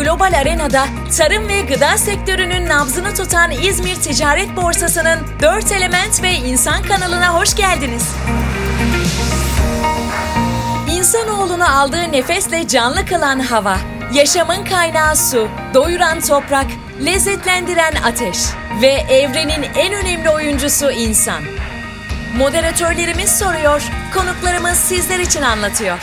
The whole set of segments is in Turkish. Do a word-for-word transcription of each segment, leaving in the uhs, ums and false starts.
global arenada tarım ve gıda sektörünün nabzını tutan İzmir Ticaret Borsası'nın dört Element ve İnsan kanalına hoş geldiniz. İnsanoğlunu aldığı nefesle canlı kılan hava, yaşamın kaynağı su, doyuran toprak, lezzetlendiren ateş ve evrenin en önemli oyuncusu insan. Moderatörlerimiz soruyor, konuklarımız sizler için anlatıyor.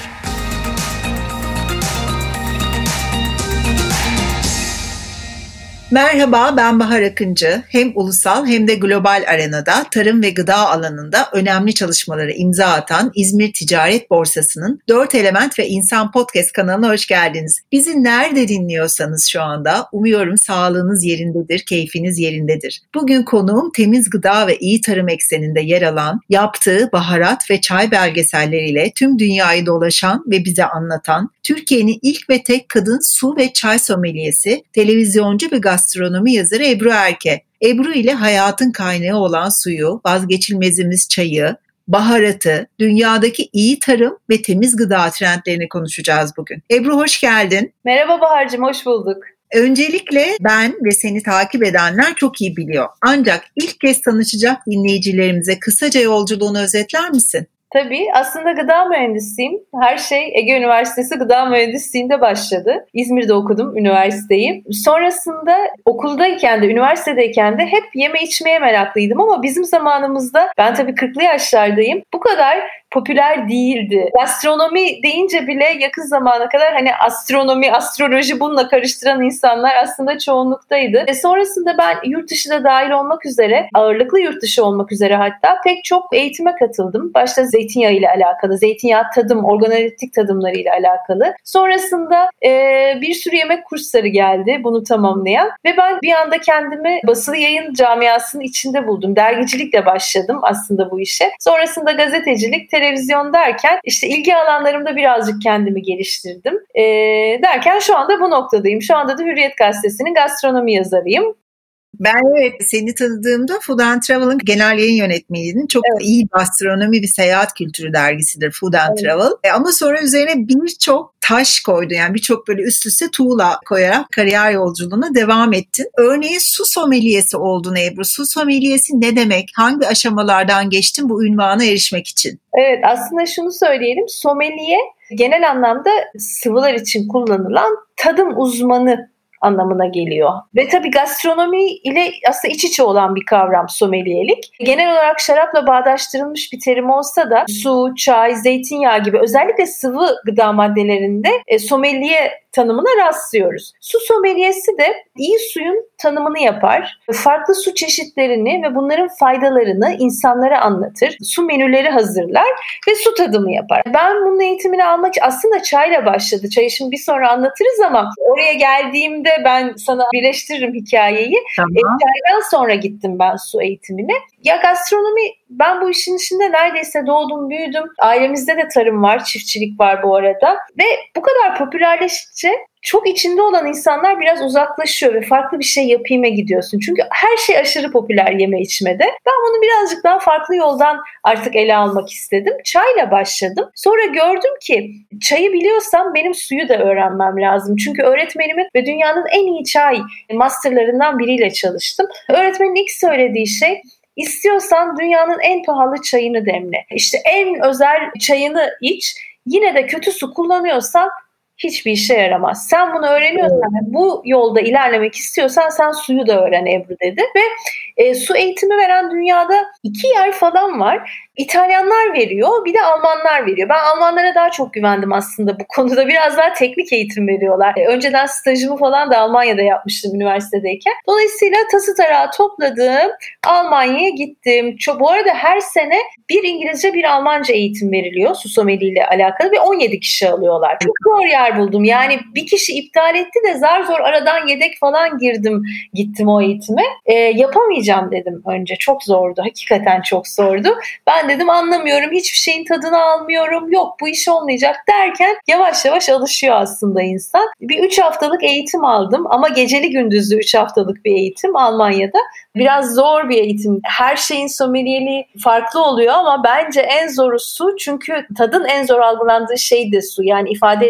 Merhaba, ben Bahar Akıncı. Hem ulusal hem de global arenada tarım ve gıda alanında önemli çalışmalara imza atan İzmir Ticaret Borsası'nın dört Element ve İnsan Podcast kanalına hoş geldiniz. Bizi nerede dinliyorsanız şu anda umuyorum sağlığınız yerindedir, keyfiniz yerindedir. Bugün konuğum temiz gıda ve iyi tarım ekseninde yer alan, yaptığı baharat ve çay belgeselleriyle tüm dünyayı dolaşan ve bize anlatan, Türkiye'nin ilk ve tek kadın su ve çay sommeliesi, televizyoncu ve gastronomi yazarı Ebru Erke. Ebru ile hayatın kaynağı olan suyu, vazgeçilmezimiz çayı, baharatı, dünyadaki iyi tarım ve temiz gıda trendlerini konuşacağız bugün. Ebru hoş geldin. Merhaba Bahar'cığım, hoş bulduk. Öncelikle ben ve seni takip edenler çok iyi biliyor. Ancak ilk kez tanışacak dinleyicilerimize kısaca yolculuğunu özetler misin? Tabii, aslında gıda mühendisiyim. Her şey Ege Üniversitesi Gıda Mühendisliği'nde başladı. İzmir'de okudum üniversiteyi. Sonrasında okuldayken de, üniversitedeyken de hep yeme içmeye meraklıydım ama bizim zamanımızda, ben tabii kırklı yaşlardayım, bu kadar popüler değildi. Gastronomi deyince bile yakın zamana kadar hani astronomi, astroloji bununla karıştıran insanlar aslında çoğunluktaydı. E sonrasında ben yurt dışı da dahil olmak üzere, ağırlıklı yurt dışı olmak üzere hatta pek çok eğitime katıldım. Başta zeytinyağı ile alakalı, zeytinyağı tadım, organoleptik tadımları ile alakalı. Sonrasında e, bir sürü yemek kursları geldi bunu tamamlayan ve ben bir anda kendimi basılı yayın camiasının içinde buldum. Dergicilikle başladım aslında bu işe. Sonrasında gazetecilik, televizyon derken işte ilgi alanlarımda birazcık kendimi geliştirdim. E, derken şu anda bu noktadayım. Şu anda da Hürriyet Gazetesi'nin gastronomi yazarıyım. Ben evet seni tanıdığımda Food and Travel'ın genel yayın yönetmeniydin. Çok evet. iyi gastronomi ve seyahat kültürü dergisidir Food and evet. Travel. E ama sonra üzerine birçok taş koydun. Yani birçok böyle üst üste tuğla koyarak kariyer yolculuğuna devam ettin. Örneğin su sommeliesi oldun Ebru. Su sommeliesi ne demek? Hangi aşamalardan geçtin bu ünvana erişmek için? Evet, aslında şunu söyleyelim. Sommelier genel anlamda sıvılar için kullanılan tadım uzmanı anlamına geliyor. Ve tabii gastronomi ile aslında iç içe olan bir kavram sommeliyelik. Genel olarak şarapla bağdaştırılmış bir terim olsa da su, çay, zeytinyağı gibi özellikle sıvı gıda maddelerinde e, sommelier tanımına rastlıyoruz. Su sommeliesi de iyi suyun tanımını yapar. Farklı su çeşitlerini ve bunların faydalarını insanlara anlatır. Su menüleri hazırlar ve su tadımı yapar. Ben bunun eğitimini almak aslında çayla başladı. Çayı şimdi bir sonra anlatırız ama oraya geldiğimde ben sana birleştiririm hikayeyi. Tamam. E, çaydan sonra gittim ben su eğitimine. Ya gastronomi, ben bu işin içinde neredeyse doğdum, büyüdüm. Ailemizde de tarım var, çiftçilik var bu arada. Ve bu kadar popülerleşince çok içinde olan insanlar biraz uzaklaşıyor ve farklı bir şey yapayım'a gidiyorsun. Çünkü her şey aşırı popüler yeme içmede. Ben bunu birazcık daha farklı yoldan artık ele almak istedim. Çayla başladım. Sonra gördüm ki çayı biliyorsam benim suyu da öğrenmem lazım. Çünkü öğretmenimin ve dünyanın en iyi çay masterlarından biriyle çalıştım. Öğretmenin ilk söylediği şey, İstiyorsan dünyanın en pahalı çayını demle. İşte en özel çayını iç. Yine de kötü su kullanıyorsan hiçbir işe yaramaz. Sen bunu öğreniyorsan ve bu yolda ilerlemek istiyorsan sen suyu da öğren Ebru dedi. Ve e, su eğitimi veren dünyada iki yer falan var. İtalyanlar veriyor, bir de Almanlar veriyor. Ben Almanlara daha çok güvendim aslında bu konuda. Biraz daha teknik eğitim veriyorlar. E, önceden stajımı falan da Almanya'da yapmıştım üniversitedeyken. Dolayısıyla tası tarağı topladım, Almanya'ya gittim. Çok, bu arada her sene bir İngilizce bir Almanca eğitim veriliyor su sommelier ile alakalı ve on yedi kişi alıyorlar. Çok zor yer buldum. Yani bir kişi iptal etti de zar zor aradan yedek falan girdim, gittim o eğitime. E, yapamayacağım dedim önce. Çok zordu. Hakikaten çok zordu. Ben dedim anlamıyorum, hiçbir şeyin tadını almıyorum, yok bu iş olmayacak derken yavaş yavaş alışıyor aslında insan. Bir üç haftalık eğitim aldım ama geceli gündüzlü üç haftalık bir eğitim Almanya'da. Biraz zor bir eğitim. Her şeyin sommelierliği farklı oluyor ama bence en zoru su, çünkü tadın en zor algılandığı şey de su. Yani ifade etmesi çok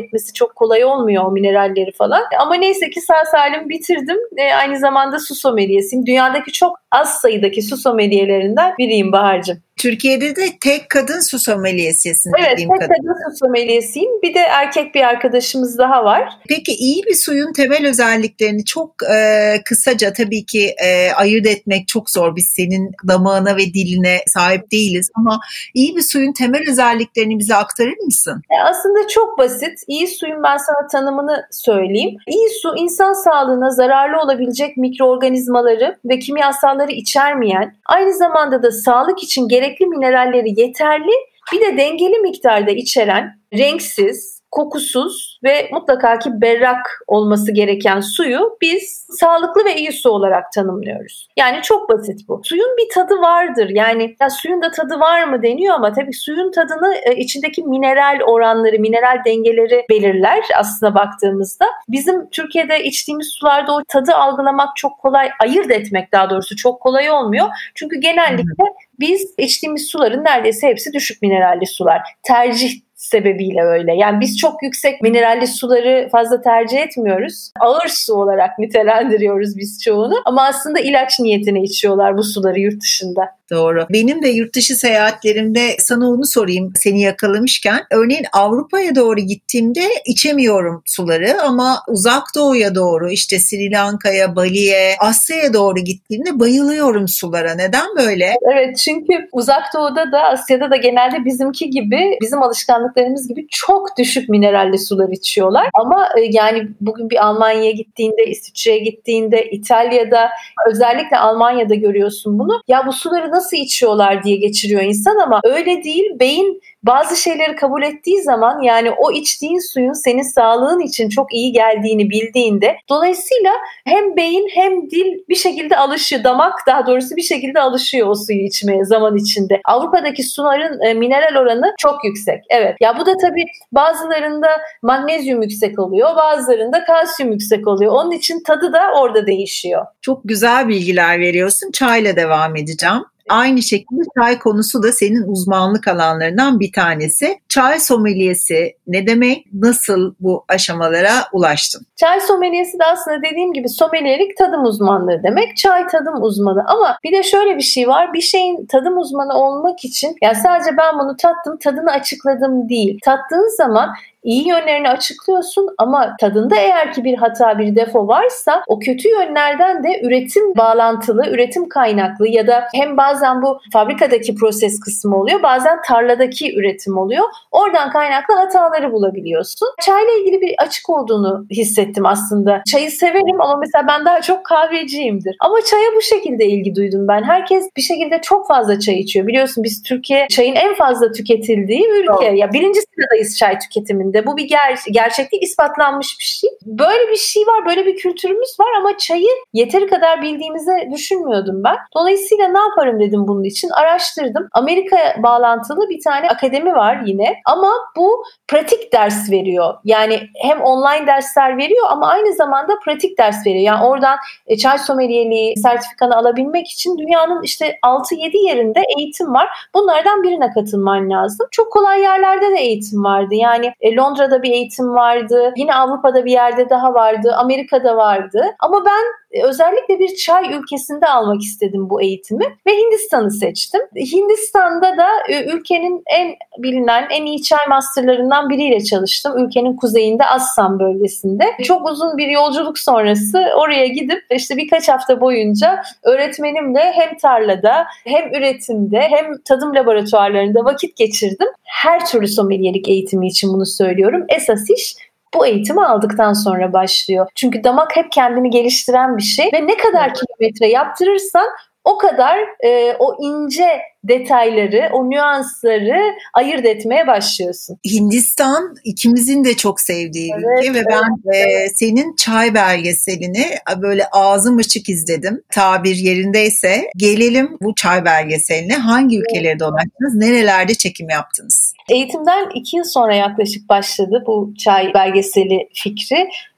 çok kolay olmuyor o mineralleri falan. Ama neyse ki sağ salim bitirdim. E, aynı zamanda su sommeliyersiyim. Dünyadaki çok az sayıdaki su sommeliyerilerinden biriyim Bahar'cığım. Türkiye'de de tek kadın su sommeliyesin. Evet, tek kadın. kadın su sommeliyersiyim. Bir de erkek bir arkadaşımız daha var. Peki iyi bir suyun temel özelliklerini çok e, kısaca tabii ki e, ayırt etmek çok zor. Biz senin damağına ve diline sahip değiliz ama iyi bir suyun temel özelliklerini bize aktarır mısın? E aslında çok basit. İyi suyun ben sana tanımını söyleyeyim. İyi su insan sağlığına zararlı olabilecek mikroorganizmaları ve kimyasalları içermeyen, aynı zamanda da sağlık için gerekli mineralleri yeterli, bir de dengeli miktarda içeren, renksiz, kokusuz ve mutlaka ki berrak olması gereken suyu biz sağlıklı ve iyi su olarak tanımlıyoruz. Yani çok basit bu. Suyun bir tadı vardır. Yani ya suyun da tadı var mı deniyor ama tabii suyun tadını e, içindeki mineral oranları, mineral dengeleri belirler aslında baktığımızda. Bizim Türkiye'de içtiğimiz sularda o tadı algılamak çok kolay, ayırt etmek daha doğrusu çok kolay olmuyor. Çünkü genellikle biz içtiğimiz suların neredeyse hepsi düşük mineralli sular. Tercih sebebiyle öyle. Yani biz çok yüksek mineralli suları fazla tercih etmiyoruz. Ağır su olarak nitelendiriyoruz biz çoğunu. Ama aslında ilaç niyetine içiyorlar bu suları yurt dışında. Doğru. Benim de yurt dışı seyahatlerimde sana onu sorayım seni yakalamışken. Örneğin Avrupa'ya doğru gittiğimde içemiyorum suları ama uzak doğuya doğru işte Sri Lanka'ya, Bali'ye, Asya'ya doğru gittiğimde bayılıyorum sulara. Neden böyle? Evet, çünkü uzak doğuda da Asya'da da genelde bizimki gibi, bizim alışkanlıklarımız gibi çok düşük mineralli sular içiyorlar. Ama yani bugün bir Almanya'ya gittiğinde, İsviçre'ye gittiğinde, İtalya'da, özellikle Almanya'da görüyorsun bunu. Ya bu suları nasıl içiyorlar diye geçiriyor insan ama öyle değil. Beyin bazı şeyleri kabul ettiği zaman, yani o içtiğin suyun senin sağlığın için çok iyi geldiğini bildiğinde, dolayısıyla hem beyin hem dil bir şekilde alışıyor, damak daha doğrusu bir şekilde alışıyor o suyu içmeye zaman içinde. Avrupa'daki suların e, mineral oranı çok yüksek. Evet. Ya bu da tabii bazılarında magnezyum yüksek oluyor, bazılarında kalsiyum yüksek oluyor. Onun için tadı da orada değişiyor. Çok güzel bilgiler veriyorsun. Çayla devam edeceğim. Aynı şekilde çay konusu da senin uzmanlık alanlarından bir tanesi. Çay sommeliesi ne demek? Nasıl bu aşamalara ulaştın? Çay sommeliesi de aslında dediğim gibi sommeliyelik tadım uzmanlığı demek. Çay tadım uzmanı. Ama bir de şöyle bir şey var. Bir şeyin tadım uzmanı olmak için, yani sadece ben bunu tattım, tadını açıkladım değil. Tattığın zaman İyi yönlerini açıklıyorsun ama tadında eğer ki bir hata, bir defo varsa o kötü yönlerden de üretim bağlantılı, üretim kaynaklı ya da hem bazen bu fabrikadaki proses kısmı oluyor, bazen tarladaki üretim oluyor. Oradan kaynaklı hataları bulabiliyorsun. Çayla ilgili bir açık olduğunu hissettim aslında. Çayı severim ama mesela ben daha çok kahveciyimdir. Ama çaya bu şekilde ilgi duydum ben. Herkes bir şekilde çok fazla çay içiyor. Biliyorsun biz Türkiye çayın en fazla tüketildiği ülke. Ya birinci sıradayız çay tüketiminde. Bu bir ger- gerçek değil, ispatlanmış bir şey. Böyle bir şey var, böyle bir kültürümüz var ama çayı yeteri kadar bildiğimizi düşünmüyordum ben. Dolayısıyla ne yaparım dedim bunun için. Araştırdım. Amerika bağlantılı bir tane akademi var yine ama bu pratik ders veriyor. Yani hem online dersler veriyor ama aynı zamanda pratik ders veriyor. Yani oradan e, çay sommeliерliği sertifikanı alabilmek için dünyanın işte altı yedi yerinde eğitim var. Bunlardan birine katılman lazım. Çok kolay yerlerde de eğitim vardı. Yani e, Londra'da bir eğitim vardı. Yine Avrupa'da bir yerde daha vardı. Amerika'da vardı. Ama ben özellikle bir çay ülkesinde almak istedim bu eğitimi ve Hindistan'ı seçtim. Hindistan'da da ülkenin en bilinen, en iyi çay masterlarından biriyle çalıştım. Ülkenin kuzeyinde Assam bölgesinde. Çok uzun bir yolculuk sonrası oraya gidip işte birkaç hafta boyunca öğretmenimle hem tarlada hem üretimde hem tadım laboratuvarlarında vakit geçirdim. Her türlü sommelierlik eğitimi için bunu söylüyorum. Esas iş bu eğitimi aldıktan sonra başlıyor. Çünkü damak hep kendini geliştiren bir şey ve ne kadar kilometre yaptırırsan o kadar e, o ince detayları, o nüansları ayırt etmeye başlıyorsun. Hindistan ikimizin de çok sevdiği bir evet, ülke ve evet, ben evet. E, senin çay belgeselini böyle ağzım açık izledim. Tabir yerindeyse gelelim bu çay belgeseline. Hangi ülkelere dolaştınız? Nerelerde çekim yaptınız? Eğitimden iki yıl sonra yaklaşık başladı bu çay belgeseli fikri.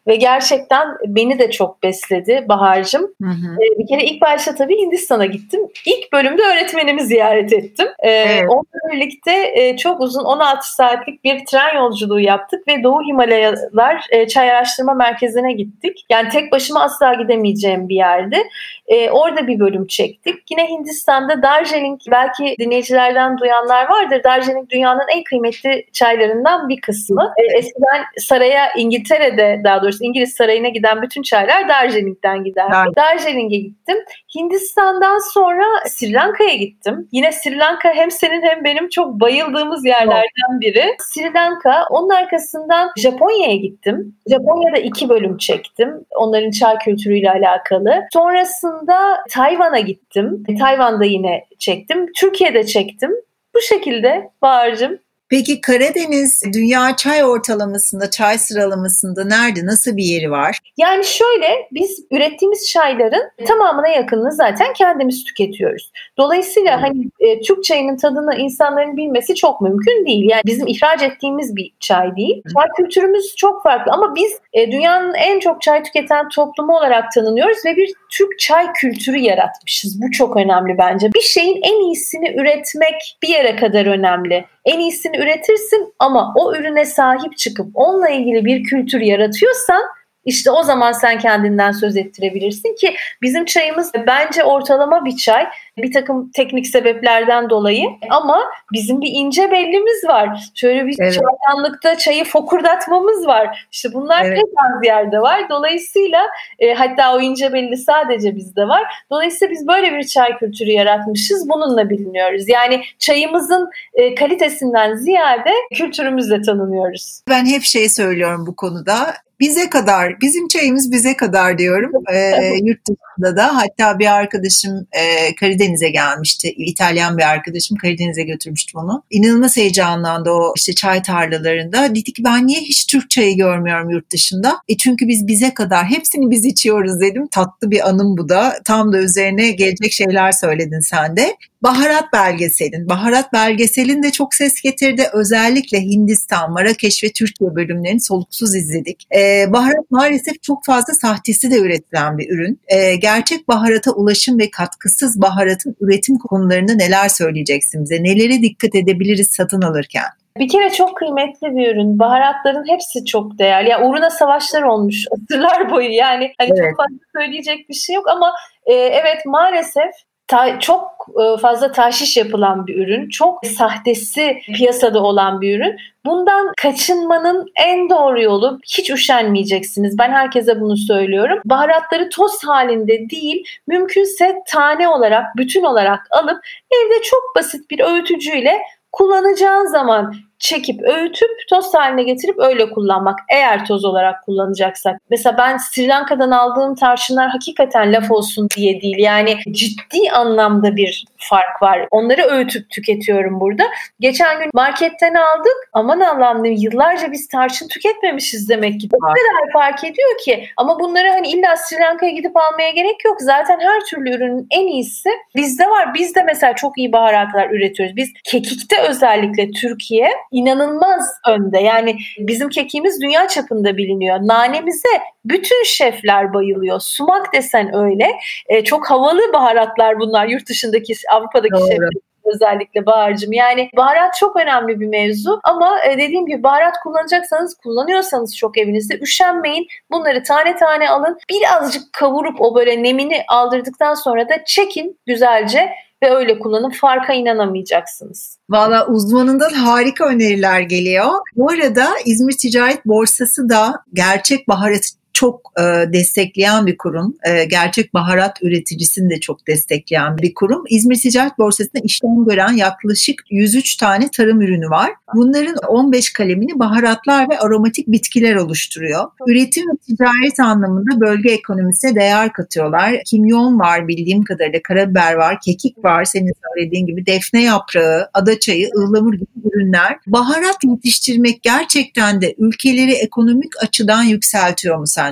ve gerçekten beni de çok besledi Bahar'cığım. Hı hı. Ee, bir kere ilk başta tabii Hindistan'a gittim. İlk bölümde öğretmenimi ziyaret ettim. Ee, Evet. Onunla birlikte e, çok uzun on altı saatlik bir tren yolculuğu yaptık ve Doğu Himalayalar e, Çay Araştırma Merkezi'ne gittik. Yani tek başıma asla gidemeyeceğim bir yerdi. Ee, orada bir bölüm çektik. Yine Hindistan'da Darjeeling, belki dinleyicilerden duyanlar vardır. Darjeeling dünyanın en kıymetli çaylarından bir kısmı. Ee, eskiden saraya, İngiltere'de daha doğrusu İngiliz sarayına giden bütün çaylar Darjeeling'den giderdi. Evet. Darjeeling'e gittim. Hindistan'dan sonra Sri Lanka'ya gittim. Yine Sri Lanka hem senin hem benim çok bayıldığımız yerlerden biri. Sri Lanka, onun arkasından Japonya'ya gittim. Japonya'da iki bölüm çektim. Onların çay kültürüyle alakalı. Sonrasında Tayvan'a gittim. Tayvan'da yine çektim. Türkiye'de çektim. Bu şekilde Bahar'cığım. Peki Karadeniz dünya çay ortalamasında, çay sıralamasında nerede, nasıl bir yeri var? Yani şöyle, biz ürettiğimiz çayların tamamına yakınını zaten kendimiz tüketiyoruz. Dolayısıyla hani e, Türk çayının tadını insanların bilmesi çok mümkün değil. Yani bizim ihraç ettiğimiz bir çay değil. Çay kültürümüz çok farklı ama biz e, dünyanın en çok çay tüketen toplumu olarak tanınıyoruz ve bir Türk çay kültürü yaratmışız. Bu çok önemli bence. Bir şeyin en iyisini üretmek bir yere kadar önemli. En iyisini üretirsin ama o ürüne sahip çıkıp onunla ilgili bir kültür yaratıyorsan işte o zaman sen kendinden söz ettirebilirsin ki bizim çayımız bence ortalama bir çay. Bir takım teknik sebeplerden dolayı ama bizim bir ince bellimiz var. Şöyle bir evet. çaydanlıkta çayı fokurdatmamız var. İşte bunlar evet. pek az yerde var. Dolayısıyla e, hatta o ince belli sadece bizde var. Dolayısıyla biz böyle bir çay kültürü yaratmışız. Bununla biliniyoruz. Yani çayımızın e, kalitesinden ziyade kültürümüzle tanınıyoruz. Ben hep şey söylüyorum bu konuda. Bize kadar, bizim çayımız bize kadar diyorum. E, yurt dışında da hatta bir arkadaşım e, Karadeniz'e gelmişti. İtalyan bir arkadaşım Karadeniz'e götürmüştü onu. İnanılmaz heyecanlandı o işte çay tarlalarında. Dedi ki ben niye hiç Türk çayı görmüyorum yurt dışında? E çünkü biz bize kadar hepsini biz içiyoruz dedim. Tatlı bir anım bu da. Tam da üzerine gelecek şeyler söyledin sen de. Baharat belgeselin. Baharat belgeselin de çok ses getirdi. Özellikle Hindistan, Marrakeş ve Türkiye bölümlerini soluksuz izledik. Ee, baharat maalesef çok fazla sahtesi de üretilen bir ürün. Ee, gerçek baharata ulaşım ve katkısız baharatın üretim konularında neler söyleyeceksin bize? Nelere dikkat edebiliriz satın alırken? Bir kere çok kıymetli bir ürün. Baharatların hepsi çok değerli. Yani uğruna savaşlar olmuş asırlar boyu. Yani hani evet. çok fazla söyleyecek bir şey yok ama e, evet maalesef Ta- çok e, fazla tahşiş yapılan bir ürün, çok sahtesi piyasada olan bir ürün. Bundan kaçınmanın en doğru yolu hiç üşenmeyeceksiniz. Ben herkese bunu söylüyorum. Baharatları toz halinde değil, mümkünse tane olarak, bütün olarak alıp evde çok basit bir öğütücüyle kullanacağın zaman çekip öğütüp toz haline getirip öyle kullanmak. Eğer toz olarak kullanacaksak. Mesela ben Sri Lanka'dan aldığım tarçınlar hakikaten laf olsun diye değil. Yani ciddi anlamda bir fark var. Onları öğütüp tüketiyorum burada. Geçen gün marketten aldık. Aman Allah'ım yıllarca biz tarçın tüketmemişiz demek ki. O kadar fark ediyor ki. Ama bunları hani illa Sri Lanka'ya gidip almaya gerek yok. Zaten her türlü ürünün en iyisi bizde var. Biz de mesela çok iyi baharatlar üretiyoruz. Biz kekikte özellikle Türkiye inanılmaz önde. Yani bizim kekiğimiz dünya çapında biliniyor. Nanemize bütün şefler bayılıyor. Sumak desen öyle. E, çok havalı baharatlar bunlar. Yurt dışındaki, Avrupa'daki Doğru. şefler. Özellikle Bahar'cığım. Yani baharat çok önemli bir mevzu ama dediğim gibi baharat kullanacaksanız, kullanıyorsanız çok evinizde üşenmeyin. Bunları tane tane alın. Birazcık kavurup o böyle nemini aldırdıktan sonra da çekin güzelce ve öyle kullanın. Farka inanamayacaksınız. Valla uzmanından harika öneriler geliyor. Bu arada İzmir Ticaret Borsası da gerçek baharatı çok e, destekleyen bir kurum. E, gerçek baharat üreticisini de çok destekleyen bir kurum. İzmir Ticaret Borsası'nda işlem gören yaklaşık yüz üç tane tarım ürünü var. Bunların on beş kalemini baharatlar ve aromatik bitkiler oluşturuyor. Üretim ve ticaret anlamında bölge ekonomisine değer katıyorlar. Kimyon var bildiğim kadarıyla, karabiber var, kekik var, senin söylediğin gibi defne yaprağı, adaçayı, ıhlamur gibi ürünler. Baharat yetiştirmek gerçekten de ülkeleri ekonomik açıdan yükseltiyor mu sence?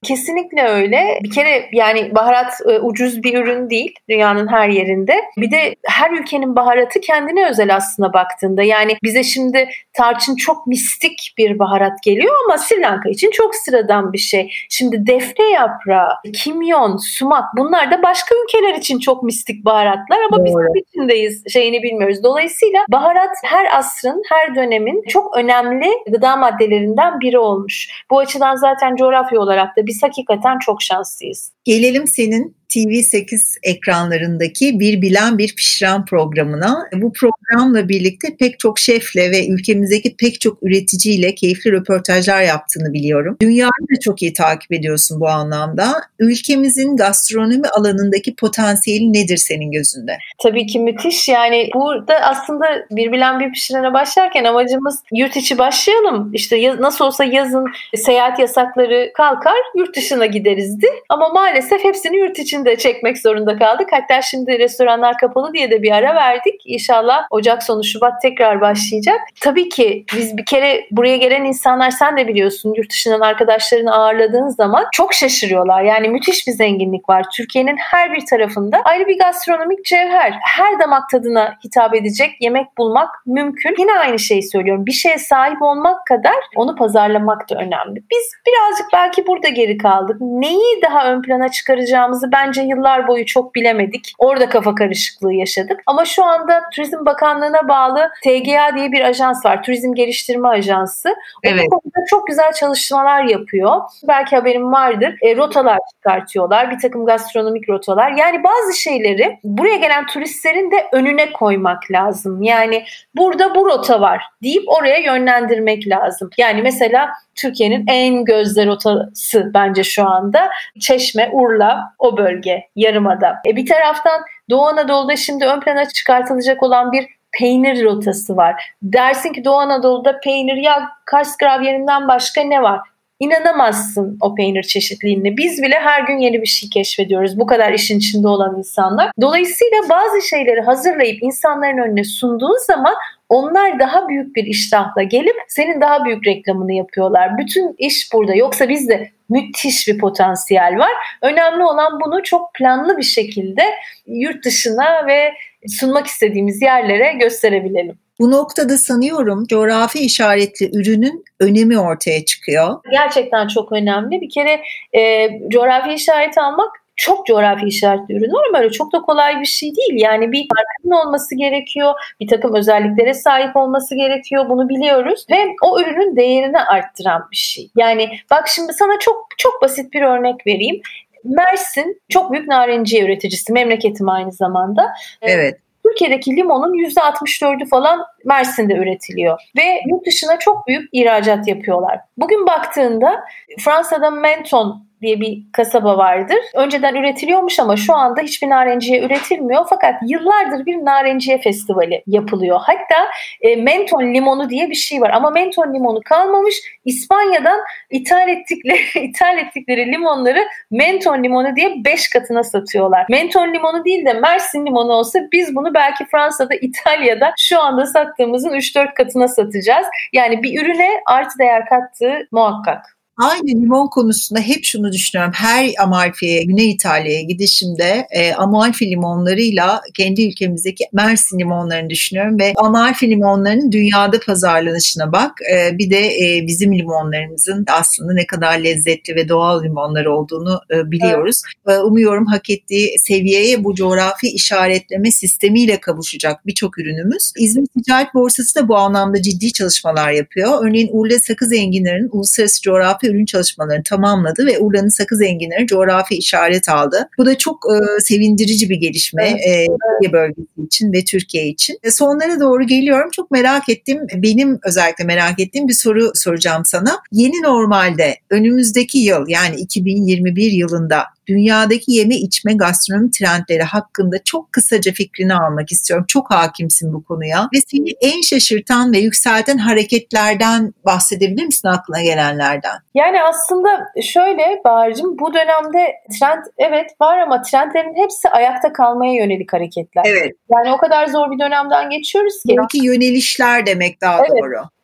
Kesinlikle öyle. Bir kere yani baharat e, ucuz bir ürün değil dünyanın her yerinde. Bir de her ülkenin baharatı kendine özel aslında baktığında. Yani bize şimdi tarçın çok mistik bir baharat geliyor ama Sri Lanka için çok sıradan bir şey. Şimdi defne yaprağı, kimyon, sumak, bunlar da başka ülkeler için çok mistik baharatlar ama biz Doğru. içindeyiz, şeyini bilmiyoruz. Dolayısıyla baharat her asrın, her dönemin çok önemli gıda maddelerinden biri olmuş. Bu açıdan zaten coğrafya olarak da biz hakikaten çok şanslıyız. Gelelim senin T V sekiz ekranlarındaki Bir Bilen Bir Pişiren programına. Bu programla birlikte pek çok şefle ve ülkemizdeki pek çok üreticiyle keyifli röportajlar yaptığını biliyorum. Dünyayı da çok iyi takip ediyorsun bu anlamda. Ülkemizin gastronomi alanındaki potansiyeli nedir senin gözünde? Tabii ki müthiş. Yani burada aslında Bir Bilen Bir Pişiren'e başlarken amacımız yurt içi başlayalım. İşte yaz, nasıl olsa yazın seyahat yasakları kalkar, yurt dışına giderizdi. Ama maalesef hepsini yurt içinde çekmek zorunda kaldık. Hatta şimdi restoranlar kapalı diye de bir ara verdik. İnşallah Ocak sonu Şubat tekrar başlayacak. Tabii ki biz bir kere buraya gelen insanlar, sen de biliyorsun, yurt dışından arkadaşlarını ağırladığın zaman çok şaşırıyorlar. Yani müthiş bir zenginlik var. Türkiye'nin her bir tarafında ayrı bir gastronomik cevher. Her damak tadına hitap edecek yemek bulmak mümkün. Yine aynı şeyi söylüyorum. Bir şeye sahip olmak kadar onu pazarlamak da önemli. Biz birazcık belki burada geri kaldık. Neyi daha ön plana çıkaracağımızı bence yıllar boyu çok bilemedik. Orada kafa karışıklığı yaşadık. Ama şu anda Turizm Bakanlığı'na bağlı T G A diye bir ajans var. Turizm Geliştirme Ajansı. Evet. O konuda çok güzel çalışmalar yapıyor. Belki haberim vardır. E, rotalar çıkartıyorlar. Bir takım gastronomik rotalar. Yani bazı şeyleri buraya gelen turistlerin de önüne koymak lazım. Yani burada bu rota var deyip oraya yönlendirmek lazım. Yani mesela Türkiye'nin en gözde rotası bence şu anda Çeşme, Urla, o bölge, Yarımada. E bir taraftan Doğu Anadolu'da şimdi ön plana çıkartılacak olan bir peynir rotası var. Dersin ki Doğu Anadolu'da peynir, ya Kars gravyerinden başka ne var? İnanamazsın o peynir çeşitliliğine. Biz bile her gün yeni bir şey keşfediyoruz. Bu kadar işin içinde olan insanlar. Dolayısıyla bazı şeyleri hazırlayıp insanların önüne sunduğun zaman onlar daha büyük bir iştahla gelip senin daha büyük reklamını yapıyorlar. Bütün iş burada. Yoksa bizde müthiş bir potansiyel var. Önemli olan bunu çok planlı bir şekilde yurt dışına ve sunmak istediğimiz yerlere gösterebilelim. Bu noktada sanıyorum coğrafi işaretli ürünün önemi ortaya çıkıyor. Gerçekten çok önemli. Bir kere e, coğrafi işareti almak, çok coğrafi işaretli ürün var ama öyle çok da kolay bir şey değil. Yani bir farkının olması gerekiyor. Bir takım özelliklere sahip olması gerekiyor. Bunu biliyoruz. Ve o ürünün değerini arttıran bir şey. Yani bak şimdi sana çok çok basit bir örnek vereyim. Mersin çok büyük narenciye üreticisi. Memleketim aynı zamanda. Evet. Türkiye'deki limonun yüzde altmış dördü falan Mersin'de üretiliyor. Ve yurt dışına çok büyük ihracat yapıyorlar. Bugün baktığında Fransa'da Menton diye bir kasaba vardır. Önceden üretiliyormuş ama şu anda hiçbir narenciye üretilmiyor. Fakat yıllardır bir narenciye festivali yapılıyor. Hatta e, Menton limonu diye bir şey var. Ama Menton limonu kalmamış. İspanya'dan ithal ettikleri, ithal ettikleri limonları Menton limonu diye beş katına satıyorlar. Menton limonu değil de Mersin limonu olsa biz bunu belki Fransa'da, İtalya'da şu anda sattığımızın üç dört katına satacağız. Yani bir ürüne artı değer kattığı muhakkak. Aynı limon konusunda hep şunu düşünüyorum. Her Amalfi'ye, Güney İtalya'ya gidişimde e, Amalfi limonlarıyla kendi ülkemizdeki Mersin limonlarını düşünüyorum ve Amalfi limonlarının dünyada pazarlanışına bak. E, bir de e, bizim limonlarımızın aslında ne kadar lezzetli ve doğal limonlar olduğunu e, biliyoruz. Evet. E, umuyorum hak ettiği seviyeye bu coğrafi işaretleme sistemiyle kavuşacak birçok ürünümüz. İzmir Ticaret Borsası da bu anlamda ciddi çalışmalar yapıyor. Örneğin Urla Sakız Enginarı'nın uluslararası coğrafi ürün çalışmalarını tamamladı ve Urla'nın sakız enginarı coğrafi işaret aldı. Bu da çok e, sevindirici bir gelişme evet, e, bölgesi için ve Türkiye için. E, sonlara doğru geliyorum. Çok merak ettim. Benim özellikle merak ettiğim bir soru soracağım sana. Yeni normalde önümüzdeki yıl, yani iki bin yirmi bir yılında dünyadaki yeme içme gastronomi trendleri hakkında çok kısaca fikrini almak istiyorum. Çok hakimsin bu konuya ve seni en şaşırtan ve yükselten hareketlerden bahsedebilir misin, aklına gelenlerden? Yani aslında şöyle Bahar'cığım, bu dönemde trend evet var ama trendlerin hepsi ayakta kalmaya yönelik hareketler. Evet. Yani o kadar zor bir dönemden geçiyoruz ki. Belki yönelişler demek daha evet. doğru.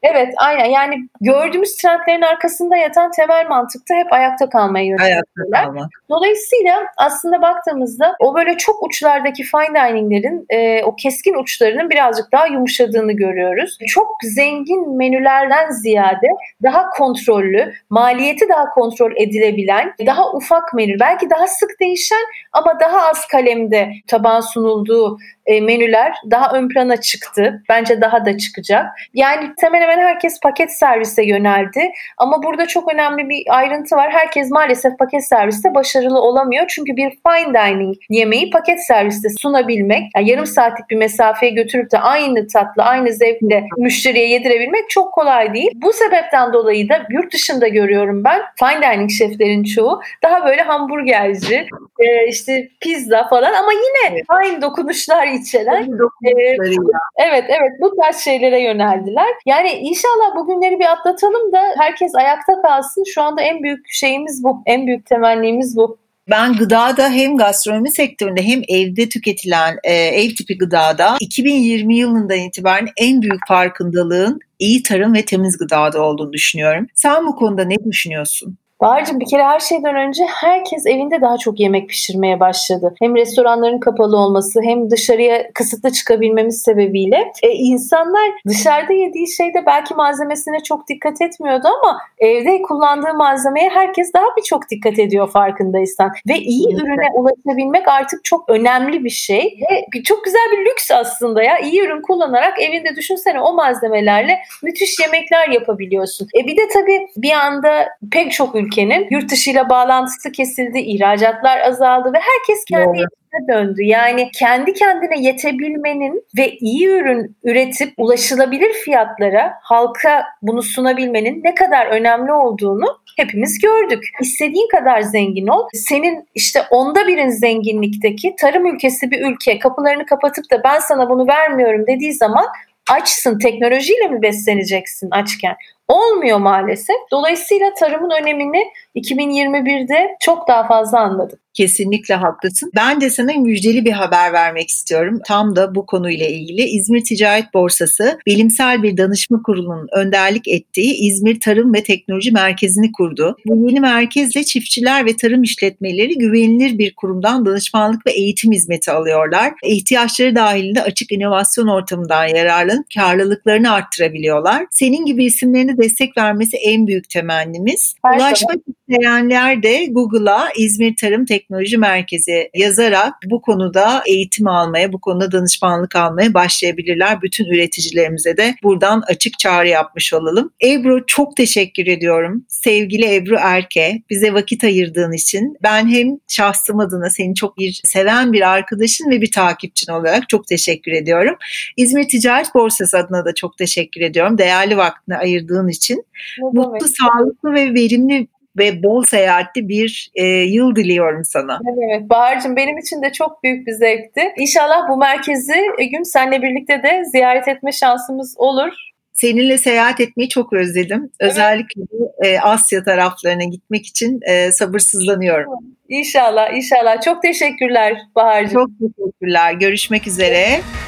Evet, aynen. Yani gördüğümüz trendlerin arkasında yatan temel mantıkta hep ayakta kalmaya yönelik. Dolayısıyla aslında baktığımızda o böyle çok uçlardaki fine dining'lerin e, o keskin uçlarının birazcık daha yumuşadığını görüyoruz. Çok zengin menülerden ziyade daha kontrollü, maliyeti daha kontrol edilebilen, daha ufak menü, belki daha sık değişen ama daha az kalemde tabağa sunulduğu e, menüler daha ön plana çıktı. Bence daha da çıkacak. Yani hemen hemen herkes paket servise yöneldi. Ama burada çok önemli bir ayrıntı var. Herkes maalesef paket serviste başarılı olamıyor. Çünkü bir fine dining yemeği paket serviste sunabilmek, yani yarım saatlik bir mesafeye götürüp de aynı tatlı, aynı zevkle müşteriye yedirebilmek çok kolay değil. Bu sebepten dolayı da yurt dışında görüyorum ben fine dining şeflerin çoğu daha böyle hamburgerci, e, işte pizza falan ama yine evet. aynı dokunuşlar içeren. E, evet evet bu tarz şeylere yöneldiler. Yani inşallah bugünleri bir atlatalım da herkes ayakta kalsın. Şu anda en büyük şeyimiz bu. En büyük temennimiz bu. Ben gıdada hem gastronomi sektöründe hem evde tüketilen e, ev tipi gıdada iki bin yirmi yılından itibaren en büyük farkındalığın iyi tarım ve temiz gıdada olduğunu düşünüyorum. Sen bu konuda ne düşünüyorsun? Bahar'cığım bir kere her şeyden önce herkes evinde daha çok yemek pişirmeye başladı. Hem restoranların kapalı olması hem dışarıya kısıtlı çıkabilmemiz sebebiyle e, insanlar dışarıda yediği şeyde belki malzemesine çok dikkat etmiyordu ama evde kullandığı malzemeye herkes daha bir çok dikkat ediyor farkındaysan. Ve iyi evet. ürüne ulaşabilmek artık çok önemli bir şey. Ve çok güzel bir lüks aslında ya. İyi ürün kullanarak evinde düşünsene o malzemelerle müthiş yemekler yapabiliyorsun. E bir de tabii bir anda pek çok ülke ülkenin yurt dışıyla bağlantısı kesildi, ihracatlar azaldı ve herkes kendi yerine döndü. Yani kendi kendine yetebilmenin ve iyi ürün üretip ulaşılabilir fiyatlara halka bunu sunabilmenin ne kadar önemli olduğunu hepimiz gördük. İstediğin kadar zengin ol. Senin işte onda birin zenginlikteki tarım ülkesi bir ülke kapılarını kapatıp da ben sana bunu vermiyorum dediği zaman açsın, teknolojiyle mi besleneceksin açken? Olmuyor maalesef. Dolayısıyla tarımın önemini iki bin yirmi birde çok daha fazla anladım. Kesinlikle haklısın. Ben de sana müjdeli bir haber vermek istiyorum. Tam da bu konuyla ilgili. İzmir Ticaret Borsası bilimsel bir danışma kurulunun önderlik ettiği İzmir Tarım ve Teknoloji Merkezi'ni kurdu. Bu yeni merkezle çiftçiler ve tarım işletmeleri güvenilir bir kurumdan danışmanlık ve eğitim hizmeti alıyorlar. İhtiyaçları dahilinde açık inovasyon ortamından yararlanıp karlılıklarını arttırabiliyorlar. Senin gibi isimlerine destek vermesi en büyük temennimiz. Her Ulaşmak isteyenler de Google'a İzmir Tarım Teknoloji Merkezi yazarak bu konuda eğitim almaya, bu konuda danışmanlık almaya başlayabilirler. Bütün üreticilerimize de buradan açık çağrı yapmış olalım. Ebru çok teşekkür ediyorum. Sevgili Ebru Erke, bize vakit ayırdığın için ben hem şahsım adına seni çok bir seven bir arkadaşın ve bir takipçin olarak çok teşekkür ediyorum. İzmir Ticaret Borsası adına da çok teşekkür ediyorum. Değerli vaktini ayırdığın için. Ne Mutlu, demek? Sağlıklı ve verimli ve bol seyahatli bir e, yıl diliyorum sana. Evet Bahar'cığım benim için de çok büyük bir zevkti. İnşallah bu merkezi gün seninle birlikte de ziyaret etme şansımız olur. Seninle seyahat etmeyi çok özledim. Evet. Özellikle e, Asya taraflarına gitmek için e, sabırsızlanıyorum. İnşallah, inşallah. Çok teşekkürler Bahar'cığım. Çok teşekkürler. Görüşmek üzere.